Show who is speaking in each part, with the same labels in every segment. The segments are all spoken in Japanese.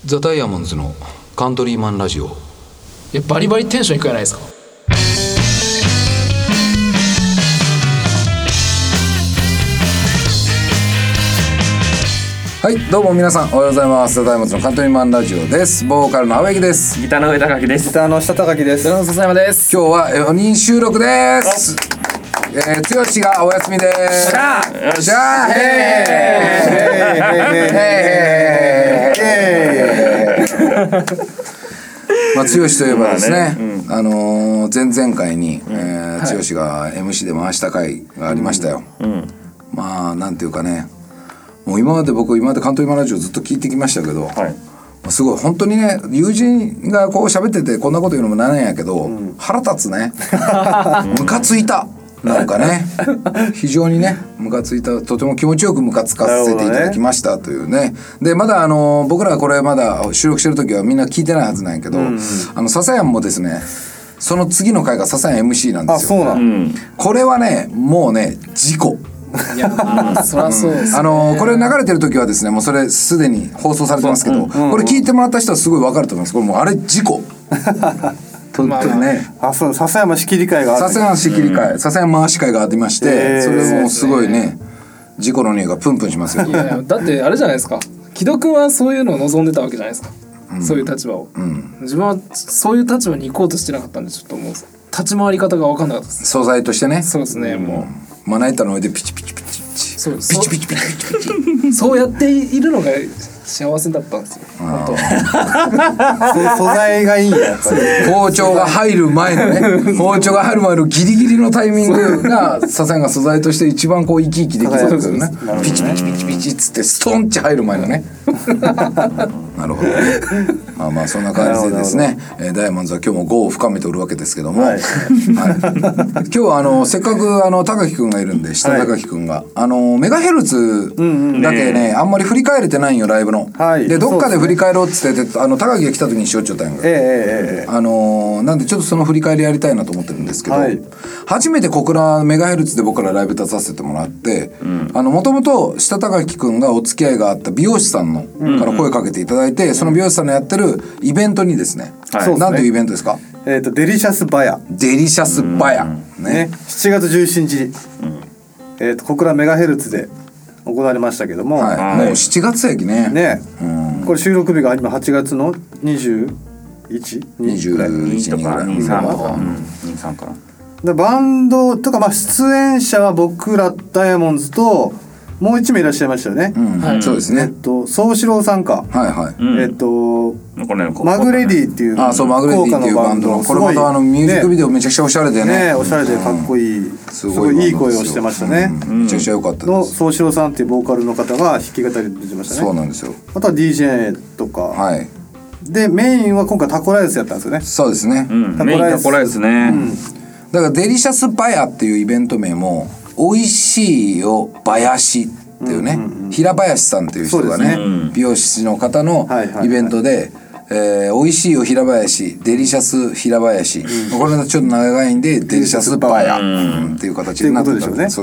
Speaker 1: ザ・ダイヤモンズのカントリーマンラジオ。
Speaker 2: いやバリバリテンションいくじゃないですか。
Speaker 3: はい、どうも皆さんおはようございます。ザ・ダイヤモンズのカントリーマンラジオです。ボーカルの青柳です。
Speaker 4: ギターの上高木です。
Speaker 5: ギターの下高木です。
Speaker 2: ドラムの笹山です。
Speaker 3: 今日は4人収録です。剛がお休みです。しゃーしゃーへーまあ、剛といえばですね、前々回に、剛が MC で回した回がありましたよ。まあなんていうかね、もう今までカントリーマンラジオずっと聞いてきましたけど、すごい本当にね、友人がこう喋っててこんなこと言うのもなんやけど、腹立つね。ムカついた。なんかね、非常にねムカついた、とても気持ちよくムカつかせていただきましたというね。でまだ僕らこれまだ収録してる時はみんな聞いてないはずなんやけど、笹山もですね、その次の回が笹山 MC なんですよ。
Speaker 5: あ、そうなん、
Speaker 3: これはねもうね事故。
Speaker 2: いやそりゃそうですね。
Speaker 3: これ流れてる時はですね、もうそれすでに放送されてますけど、これ聞いてもらった人はすごい分かると思います。これもうあれ事故。本当にね。
Speaker 5: あ、そう、笹山仕切り会があって、
Speaker 3: 笹山仕切り会、笹山回し会がありまして、それもすごいね、事故の匂いがプンプンしますよ。
Speaker 2: いやだってあれじゃないですか、木戸君はそういうのを望んでたわけじゃないですか、そういう立場を、自分はそういう立場に行こうとしてなかったんで、ちょっともう立ち回り方が分かんなかったです。
Speaker 3: 素材としてね。
Speaker 2: そうですね、もう
Speaker 3: まな板の上でピチピチピチピチ
Speaker 2: そう
Speaker 3: ピチピチピチピチ
Speaker 2: そうやっているのが幸せだったんですよ、本当。
Speaker 5: 素材がいいんや、やっぱり。
Speaker 3: 包丁が入る前のね、包丁が入る前のギリギリのタイミングが笹山が素材として一番こう生き生きできるんですよね。ピチピチピチピチっつってストンチ入る前のね。なるほど。まあそんな感じでですね、ダイヤモンドは今日も業を深めておるわけですけども、今日はせっかく高木くんがいるんで、下高木くんがメガヘルツだけね、あんまり振り返れてないんよ、ライブの。でどっかで振り返ろうっつって高木が来た時にしようっちゃったんやんか。なんでちょっとその振り返りやりたいなと思ってるんですけど、初めて小倉メガヘルツで僕らライブ出させてもらって、もともと下高木くんがお付き合いがあった美容師さんのから声かけていただいて、その美容師さんのやってるイベントにですね、なんていうイベントですか？
Speaker 5: デリシャスバヤ。
Speaker 3: デリシャスバヤね、
Speaker 5: 7月17日に小倉メガヘルツで行われましたけども、もう
Speaker 3: 7月やきね。
Speaker 5: これ収録日が今8月の21ぐらい、
Speaker 3: 21
Speaker 4: とか23かな。
Speaker 5: バンドとか、まあ出演者は僕らダイヤモンズともう1名いらっしゃいましたよね。
Speaker 3: そうですね。
Speaker 5: 宗志郎さんか。マグレディっていう、
Speaker 3: そうマグレディっていうバンドの、これまたミュージックビデオめちゃくちゃおしゃれでね、
Speaker 5: おしゃれでかっこいい、すごいいい声をしてましたね。
Speaker 3: めちゃくちゃ良かったです。
Speaker 5: の宗志郎さんっていうボーカルの方が弾き語りで出てましたね。
Speaker 3: そうなんですよ。
Speaker 5: あとは DJ とか、でメインは今回タコライスやったんですよね。
Speaker 3: そうですね。
Speaker 4: メインタコライスね。
Speaker 3: だからデリシャスバヤっていうイベント名も美味しいよバヤシっていうね、平林さんっていう人がね、美容師の方のイベントで、美味しいよ平林、デリシャス平林、これがちょっと長いんでデリシャスバヤっていう形になってたんです。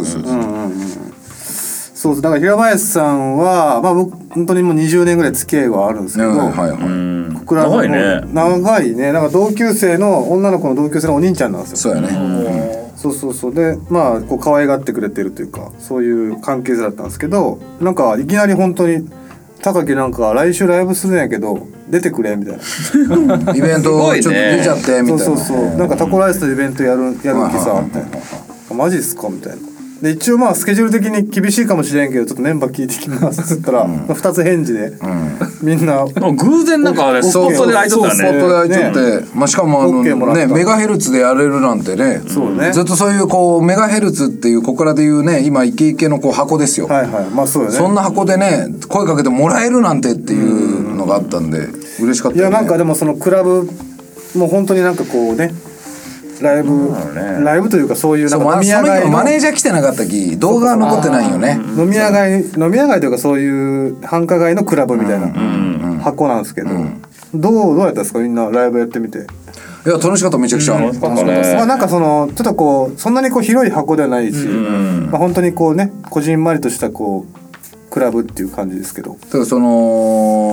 Speaker 5: そうだから平林さんは、まあ僕本当にもう20年ぐらい付き合いはあるんですけど、
Speaker 4: 長いね。
Speaker 5: 長いね。なんか同級生の女の子の同級生のお兄ちゃんなんですよ。
Speaker 3: そうやね。
Speaker 5: そうで、まあこう可愛がってくれてるというか、そういう関係性だったんですけど、なんかいきなり本当に高木なんか来週ライブするんやけど出てくれみたいな。
Speaker 3: イベントちょっと出ちゃってみたいな。
Speaker 5: なんかタコライスのイベントやる気さみたいな。マジっすかみたいな。で一応まあスケジュール的に厳しいかもしれんけどちょっとメンバー聞いてきますっつったら、2つ返事で、みんな
Speaker 4: 偶然なんかあれスポットで空いとったよね。
Speaker 3: スポットで空いとって、しかもねメガヘルツでやれるなんてね、ずっとそういうこうメガヘルツっていう小倉でいうね、今イケイケのこう箱ですよ。
Speaker 5: まあそうよね。
Speaker 3: そんな箱でね声かけてもらえるなんてっていうのがあったんで嬉しかったよね。
Speaker 5: いやなんかでもそのクラブもう本当になんかこうね、ライブというかそういうなんか飲み屋街の
Speaker 3: マネージャー来てなかったき動画は残ってないよね。
Speaker 5: 飲み屋街というかそういう繁華街のクラブみたいな箱なんですけど、どうやったんですかみんなライブやってみて。
Speaker 3: いや楽しかった、めちゃくちゃ。
Speaker 5: まあなんかそのちょっとこうそんなにこう広い箱ではないし、まあ本当にこうねこじんまりとしたこうクラブっていう感じですけど。
Speaker 3: だからその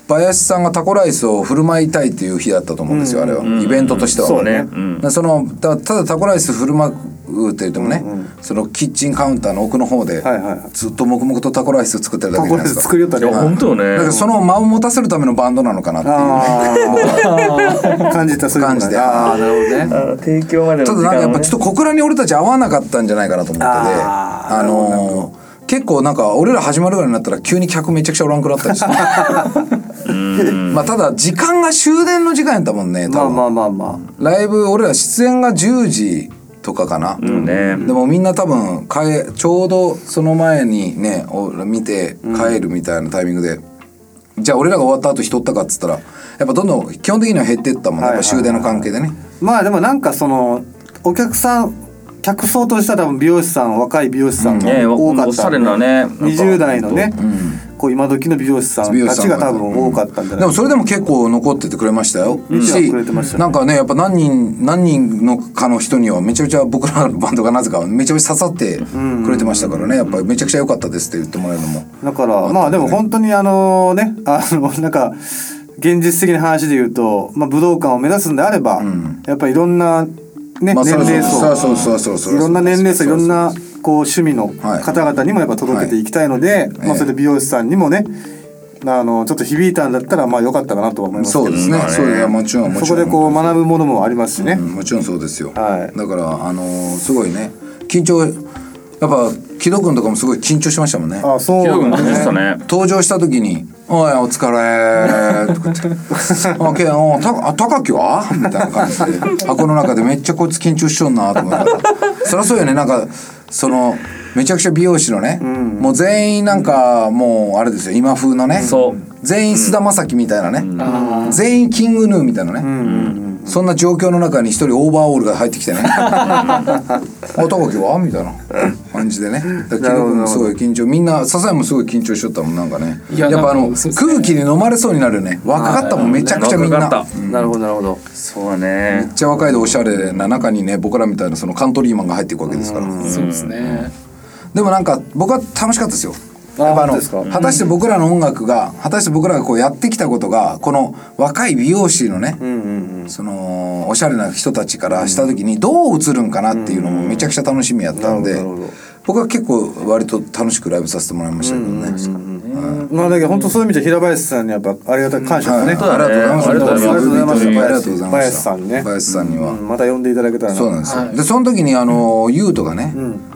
Speaker 3: 林さんがタコライスを振る舞いたいっていう日だったと思うんですよ、あれは、イベントとしては。
Speaker 4: そうね。
Speaker 3: ただタコライス振る舞うって言ってもね、そのキッチンカウンターの奥の方でずっと黙々とタコライス作ってるだけじゃないですか。
Speaker 5: 作りよったね。
Speaker 4: 本当ね。
Speaker 3: だからその間を持たせるためのバンドなのかなっていうね
Speaker 5: 感じた、そういう
Speaker 3: 感じで。
Speaker 5: ああ、なるほどね。
Speaker 4: 提供までの
Speaker 3: ただなんかやっぱちょっと小倉に俺たち合わなかったんじゃないかなと思ってて、結構なんか俺ら始まるぐらいになったら急に客めちゃくちゃおらんくなったりしてまあただ時間が終電の時間やったもんね、多分。
Speaker 5: まあ
Speaker 3: ライブ俺ら出演が10時とかかな、
Speaker 4: ね。
Speaker 3: でもみんな多分ちょうどその前にね見て帰るみたいなタイミングで、じゃあ俺らが終わった後人ったかっつったらやっぱどんどん基本的には減ってったもんね、やっぱ終電の関係でね。
Speaker 5: まあでもなんかそのお客さん客層としては多分美容師さん、若い美容師さんが多かった、
Speaker 4: おしゃれなね、
Speaker 5: 20代のね、こう今時の美容師さんたちが多分多かったんじゃない。
Speaker 3: でもそれでも結構残っててくれましたよ。し、なんかねやっぱ何人のかの人にはめちゃめちゃ僕らのバンドがなぜかめちゃめちゃ刺さってくれてましたからね、やっぱりめちゃくちゃ良かったですって言ってもらえるのも。
Speaker 5: だからまあでも本当になんか現実的な話で言うと、まあ、武道館を目指すんであれば、やっぱりいろんなね、年齢層、いろんな年齢層、いろんなこう趣味の方々にもやっぱ届けていきたいので、まあそれで美容師さんにもね、ちょっと響いたんだったらまあ良かったかなと思いますけど。
Speaker 3: そうですね。そういやもちろん
Speaker 5: そこでこう学ぶものもありますしね。
Speaker 3: もちろんそうですよ。
Speaker 5: はい。
Speaker 3: だからすごいね緊張、やっぱ木戸君とかもすごい緊張しましたもんね。
Speaker 5: あ、そう。
Speaker 4: 木戸君緊張したね。
Speaker 3: 登場した時に「おいお疲れ」とか言って「高木は?」みたいな感じで箱の中でめっちゃこいつ緊張しとんなと思いながらそりゃそうよね。なんかそのめちゃくちゃ美容師のね、もう全員なんかもうあれですよ、今風のね、全員菅田将暉みたいなね、全員キングヌーみたいなね、そんな状況の中に一人オーバーオールが入ってきてね「あ高木は?」みたいな感じでね、木戸君もすごい緊張、みんな笹谷もすごい緊張しとったもん。なんかね、やっぱ空気に飲まれそうになるよね。若かったもんめちゃくちゃみんな。
Speaker 5: なるほどなるほど。
Speaker 4: そうだね。
Speaker 3: めっちゃ若いでおしゃれな中にね、僕らみたいなそのカントリーマンが入っていくわけですから。
Speaker 2: そうですね。
Speaker 3: でもなんか僕は楽しかったですよ。やっぱ果たして僕らの音楽が果たして僕らがこうやってきたことがこの若い美容師のね、そのおしゃれな人たちからした時にどう映るんかなっていうのもめちゃくちゃ楽しみやったんで、僕は結構割と楽しくライブさせてもらいましたけどね。
Speaker 5: まあだけど本当そういう意味で平林さんにやっぱありがたい感謝ですね。
Speaker 3: ありがとうございます。
Speaker 5: ありがとうございます。
Speaker 3: ありがとうございました。
Speaker 5: 林さんにね。
Speaker 3: 林さんには
Speaker 5: また呼んでいただけたらな。
Speaker 3: そうなんですよ。でその時にユウトがね、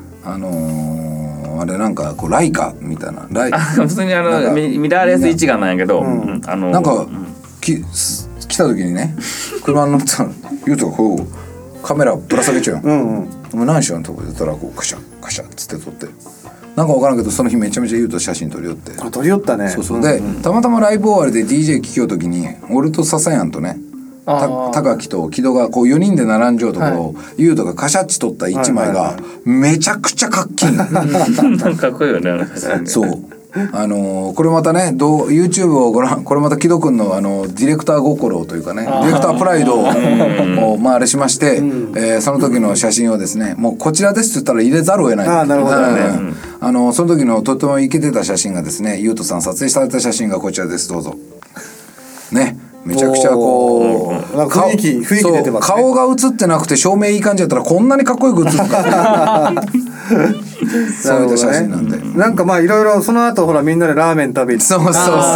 Speaker 3: あれなんかこうライカみたいな
Speaker 4: 普通にミラーレス一眼なんやけど、
Speaker 3: なんか来た時にね、車に乗ったらユウトがこうカメラぶら下げちゃうよ。お前何しようとこ言ったらこうカシャカシャっつって撮って、なんか分からんけどその日めちゃめちゃユウト写真撮り寄って。
Speaker 5: 撮り寄ったね。
Speaker 3: そうでたまたまライブ終わりで DJ 聴きよう時に俺と笹谷とね、高木と木戸がこう4人で並んじゃうところをユウトがカシャッチ撮った1枚がめちゃくちゃかっきい
Speaker 4: かっこいいよね。
Speaker 3: そうこれまたねYouTube をご覧、これまた木戸くんのディレクター心というかね、ディレクタープライドをまああれしまして、その時の写真をですね、もうこちらですって言ったら入れざるを得ない。
Speaker 5: なるほどね。
Speaker 3: その時のとてもイケてた写真がですね、ユウトさん撮影された写真がこちらです。どうぞね。めちゃくちゃこう
Speaker 5: 雰囲気出てますね。
Speaker 3: 顔が映ってなくて照明いい感じだったらこんなにかっこよく映るかそういった写真なんで、
Speaker 5: なんかまあいろいろその後ほらみんなでラーメン食べ行って、
Speaker 3: そう
Speaker 5: ラ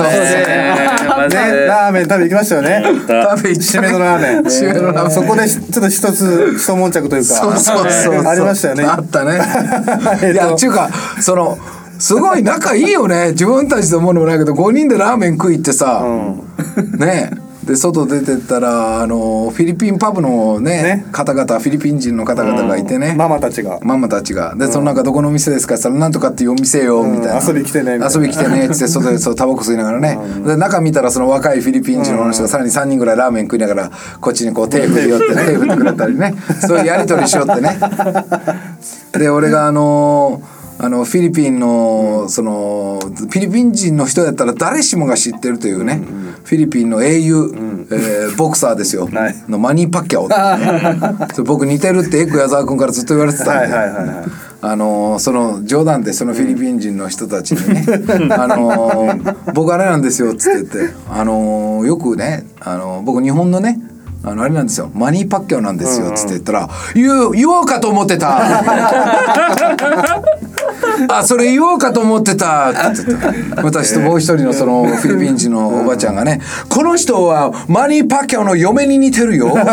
Speaker 5: ーメン食べ行きましたよね。締めのラーメン、そこでちょっと一悶着というかありましたよね。
Speaker 3: あったね。いやっていうかすごい仲いいよね。自分たちと思うのもないけど5人でラーメン食いってさ、ねで外出てったらフィリピンパブのね方々、フィリピン人の方々がいてね、
Speaker 5: ママたちが
Speaker 3: でその中どこのお店ですかって言ったらなんとかっていうお店よみたいな、
Speaker 5: 遊び来てねっつ
Speaker 3: って外でタバコ吸いながらね、で中見たらその若いフィリピン人の人がさらに3人ぐらいラーメン食いながらこっちにこう手振り寄って手振ってくれたりね、そういうやり取りしよってね。で俺がフィリピンのフィリピン人の人やったら誰しもが知ってるというね、フィリピンの英雄、ボクサーですよ、のマニー・パッキャオってね僕似てるってエク矢沢君からずっと言われてたんで、 その冗談でそのフィリピン人の人たちにね僕あれなんですよっつって言ってよくね僕日本のねあれなんですよマニーパッキャオなんですよっつって言ったら言おうかと思ってたあそれ言おうかと思ってたって言ってた私ともう一人のそのフィリピン人のおばちゃんがねこの人はマニーパッキャオの嫁に似てるよで2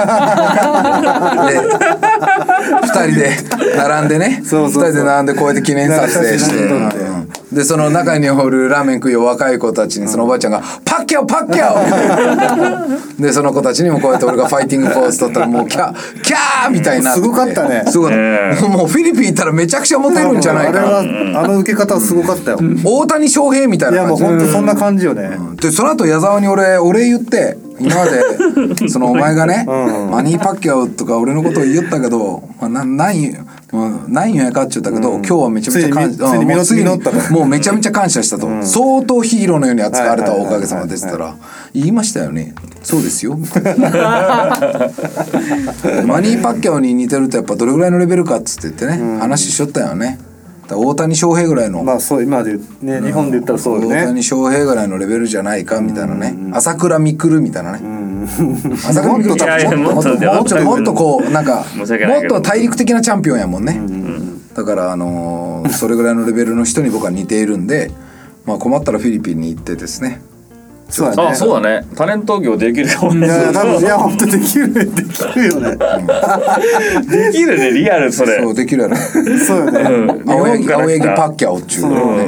Speaker 3: 人で並んでね2人で並んでこうやって記念撮影してでその中におるラーメン食いよ若い子たちにそのおばあちゃんが「パッキャオパッキャオ!」でその子たちにもこうやって俺がファイティングポーズ取ったらもうキャーみたいになって
Speaker 5: すごかったね。
Speaker 3: すごかったもうフィリピン行ったらめちゃくちゃモテるんじゃないかな
Speaker 5: あれは受け方はすごかったよ。
Speaker 3: 大谷翔平みたい
Speaker 5: いやもう
Speaker 3: な感じ
Speaker 5: 本当そんな感じよね。
Speaker 3: でその後矢沢に俺言って今までそのお前がねマニーパッキャオとか俺のことを言ったけどないんやかって言ったけど、今日はめちゃめちゃ感謝もうめちゃめちゃ感謝したと、相当ヒーローのように扱われたおかげさまですったら言いましたよねそうですよみたいなマニーパッキャオに似てるとやっぱどれぐらいのレベルかっつって言ってね、話しちゃったよね。大谷翔平ぐらいの
Speaker 5: まあそう今でね日本で言ったらそうよね。
Speaker 3: 大谷翔平ぐらいのレベルじゃないかみたいなね、朝倉未来みたいなね、朝倉未来もっとこうなんかもっと大陸的なチャンピオンやもんね、だからそれぐらいのレベルの人に僕は似ているんで、まあ困ったらフィリピンに行ってですね。
Speaker 5: そうだね。
Speaker 4: そうだね。タレント業できるかもね。
Speaker 5: いや多分いや本当できるよね。
Speaker 4: できるねリアルそれ。
Speaker 3: そうできるやろ。
Speaker 5: そうよね。
Speaker 3: 青柳パッキャオっちゅうね。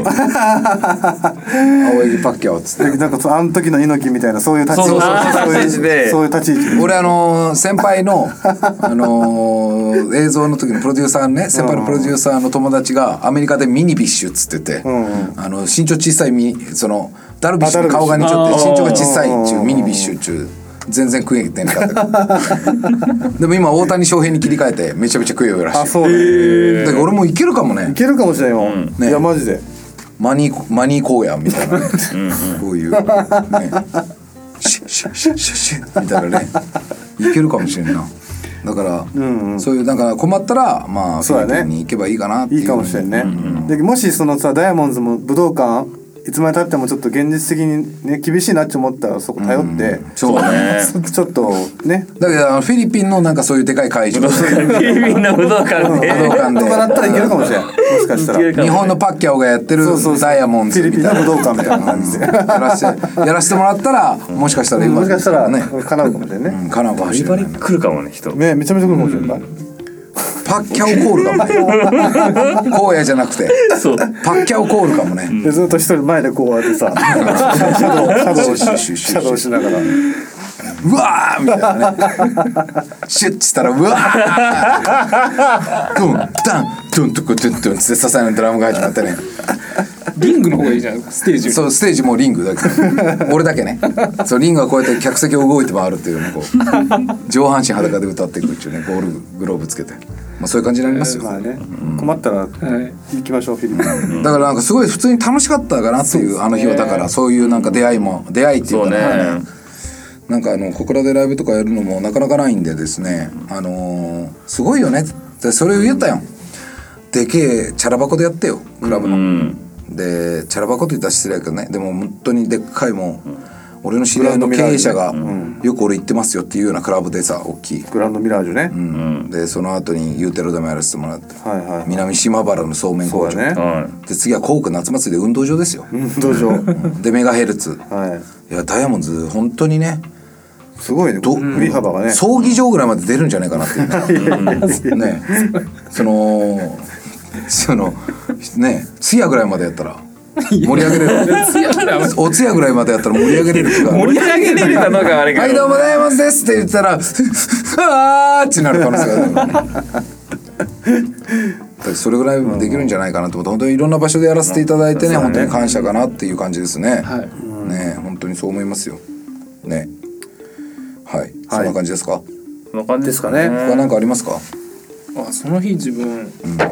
Speaker 3: 青柳パッキャオっつって。
Speaker 5: なんかあの時の猪木みたいなそういう立ち位置でそういう立ち位置。
Speaker 3: 俺先輩の映像の時のプロデューサーね先輩のプロデューサーの友達がアメリカでミニビッシュっつってて、身長小さいそのダルビッシュの顔が似ちゃって身長が小さいっちゅうミニビッシュっちゅう全然食えてなかったからでも今大谷翔平に切り替えてめちゃめちゃ食えようらしい。
Speaker 5: あそうね。
Speaker 3: だから俺もいけるかもね。
Speaker 5: いけるかもしれないよ、いやマジで
Speaker 3: マニー荒野みたいなねこういうねシュッシュッシュッシュッみたいなねいけるかもしれんな。だから、そういうなんか困ったらまあフィリピンに行けばいいかなっていう。
Speaker 5: いいかもしれんね、でもしそのさダイヤモンドズも武道館いつまでたってもちょっと現実的にね厳しいなって思ったらそこ頼って、
Speaker 3: そうね
Speaker 5: ちょっとね
Speaker 3: だけどフィリピンのなんかそういうでかい会場
Speaker 4: フィリピンの武道館で
Speaker 5: とかだったらいけるかもしれない。もしかしたら
Speaker 3: 日本のパッキャオがやってるダイヤモンドズみたいな
Speaker 5: フィリピンの武道館みたいな感じで
Speaker 3: やらせてもらったらもしかしたら
Speaker 5: もしかしたら
Speaker 3: ね
Speaker 5: 叶うかもしれないね。
Speaker 3: 叶うかもしれない。
Speaker 4: 来るかもね人。
Speaker 5: ねめちゃめちゃ来るかもしれない。
Speaker 3: パッキャオコールかもね荒野じゃなくてパッキャオコールかもね。
Speaker 5: でずっと一人前でこうやってさシャドウしながら
Speaker 3: うわーみたいなねシュッしたらうわードンダンドントコドンドンつって支えのドラムが始まってね
Speaker 2: リングの方がいいじゃないですかステージ。
Speaker 3: そうステージもリングだけ俺だけねそうリングがこうやって客席を動いて回るっていうねこう上半身裸で歌っていくっていうねゴールグローブつけて、まあ、そういう感じになりますよ、
Speaker 5: まあね困ったら行きましょうフィリピン。
Speaker 3: だからなんかすごい普通に楽しかったかなっていうあの日はだからそういうなんか出会いっていうかねなんか小倉でライブとかやるのもなかなかないんでですねすごいよねってそれを言ったよ。でけえチャラ箱でやってよクラブの、でチャラ箱って言ったら失礼だけどねでも本当にでっかいもん、俺の知り合いの経営者がよく俺行ってますよっていうようなクラブでさ大きい
Speaker 5: グランドミラージュね、
Speaker 3: でその後にユーテロでもやらせてもらって、南島原のそうめん工場、で次は甲府夏祭りで運動場ですよ、
Speaker 5: 運動場
Speaker 3: でメガヘルツ、いやダイヤモンドズ本当にね
Speaker 5: すごいね振り幅がね
Speaker 3: 葬儀場ぐらいまで出るんじゃないかなっていうねそのね通夜ぐらいまでやったら盛り上げれるお通夜ぐらいまでやったら盛り上げれる気が
Speaker 4: 盛り上げれるかどうか悪いけど
Speaker 3: はいどうもダイヤモンドですって言ったらあーってなる可能性があるそれぐらいできるんじゃないかなと思って本当にいろんな場所でやらせていただいてね本当に感謝かなっていう感じですね、ね本当にそう思いますよね。はい、そんな感じですか。
Speaker 4: そんな感じ
Speaker 5: ですかね。
Speaker 3: 他なんかありますか。
Speaker 2: その日自分、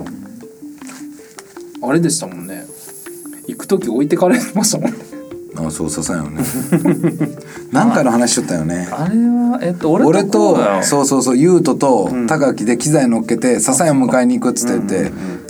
Speaker 2: あれでしたもんね。行く時置いてかれましたもんね。
Speaker 3: そうささよね。なんかの話しとったよね。
Speaker 4: あれは
Speaker 3: 俺とそうユウトと高木で機材乗っけて笹谷迎えに行くっつって言って、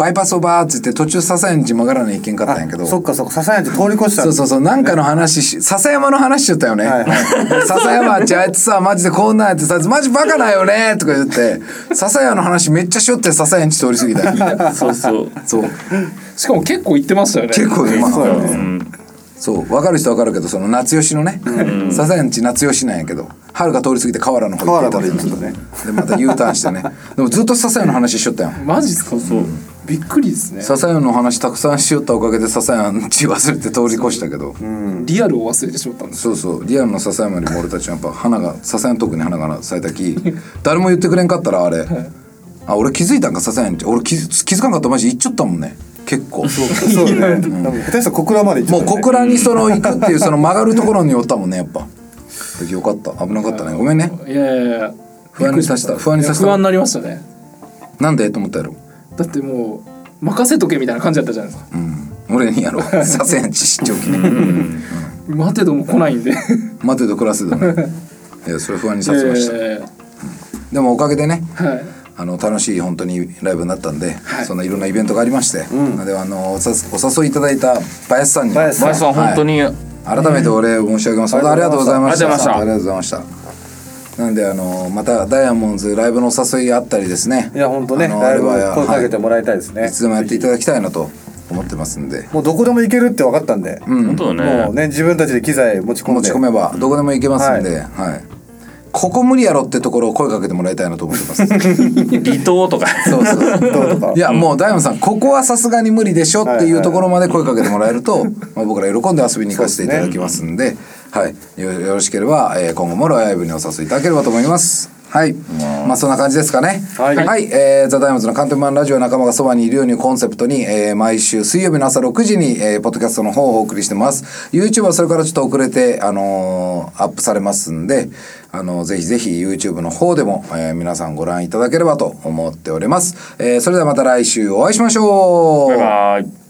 Speaker 3: バイパスをバーって言って途中笹山に曲がらないといけんかったんやけど、
Speaker 5: そっか笹山って通り越したん
Speaker 3: そうなんかの話笹山の話しちゃったよね、笹山っちあいつさマジでこんなんやってさマジバカだよねとか言って笹山の話めっちゃしよって笹山に通り過ぎたよ
Speaker 4: そう
Speaker 2: しかも結構行ってましたよね。
Speaker 3: 結構ね、
Speaker 5: そうよね。
Speaker 3: そう分かる人分かるけどその夏吉のね笹山んち夏吉なんやけど春が通り過ぎて河原の方行ってたって
Speaker 5: 河原まで行ってたね
Speaker 3: でまた U ターンしてねでもずっと笹山の話しよったよ
Speaker 2: マジっすか。びっくりですね。
Speaker 3: 笹山の話たくさんしよったおかげで笹山んち忘れて通り越したけど、
Speaker 2: リアルを忘れてしまったんです。
Speaker 3: そうリアルの笹山よりも俺たちはやっぱ花が笹山特に花が咲いたき誰も言ってくれんかったらあれあ俺気づいたんか笹山んち俺気づかんかったらマジ行っちゃったもんね結構
Speaker 5: そうね。下手したら小倉まで行っちゃ
Speaker 3: もう
Speaker 5: ったね
Speaker 3: 小倉にその行くっていうその曲がるところにおったもんねやっぱよかった危なかったねごめんね
Speaker 2: いや
Speaker 3: 不安にさせた不安にさせた
Speaker 2: 不安になりましたね。
Speaker 3: なんでと思ったやろ
Speaker 2: だってもう任せとけみたいな感じだったじゃないですか。
Speaker 3: 俺にやろ笹山んち出張機ね
Speaker 2: 待てども来ないんで
Speaker 3: 待てど暮らせどねいやそれ不安にさせましたでもおかげでね
Speaker 2: はい
Speaker 3: 楽しい本当にライブになったんで、そんないろんなイベントがありまして、ではお誘いいただいた林さんに
Speaker 5: 林
Speaker 4: 林さん本当に
Speaker 3: 改めてお礼を申し上げます。ありがとうございました。
Speaker 4: ありがとうございました
Speaker 3: ありがとうございましたなんでまたダイヤモンズライブのお誘いあったりですね
Speaker 5: いや本当ね
Speaker 3: あ
Speaker 5: ライブ
Speaker 3: れば
Speaker 5: 声かけてもらいたいですね、
Speaker 3: いつでもやっていただきたいなと思ってますんで
Speaker 5: もうどこでも行けるって分かったんで、
Speaker 4: 本当だね
Speaker 5: もうね自分たちで機材持ち込んで
Speaker 3: 持ち込めばどこでも行けますんで、はいここ無理やろってところを声かけてもらいたいなと思ってます
Speaker 4: 離島とか
Speaker 3: そう
Speaker 5: どうとか
Speaker 3: いやもう大門さんここはさすがに無理でしょっていうところまで声かけてもらえると、僕ら喜んで遊びに行かせていただきますんで、よろしければ、今後もライブにお誘いいただければと思いますはい、そんな感じですかねはいザ・ダイヤモンズのカントリーマンラジオ仲間がそばにいるようにコンセプトに、毎週水曜日の朝6時に、ポッドキャストの方をお送りしてます YouTube はそれからちょっと遅れて、アップされますんでぜひぜひ YouTube の方でも、皆さんご覧いただければと思っております、それではまた来週お会いしましょう
Speaker 4: バイバイ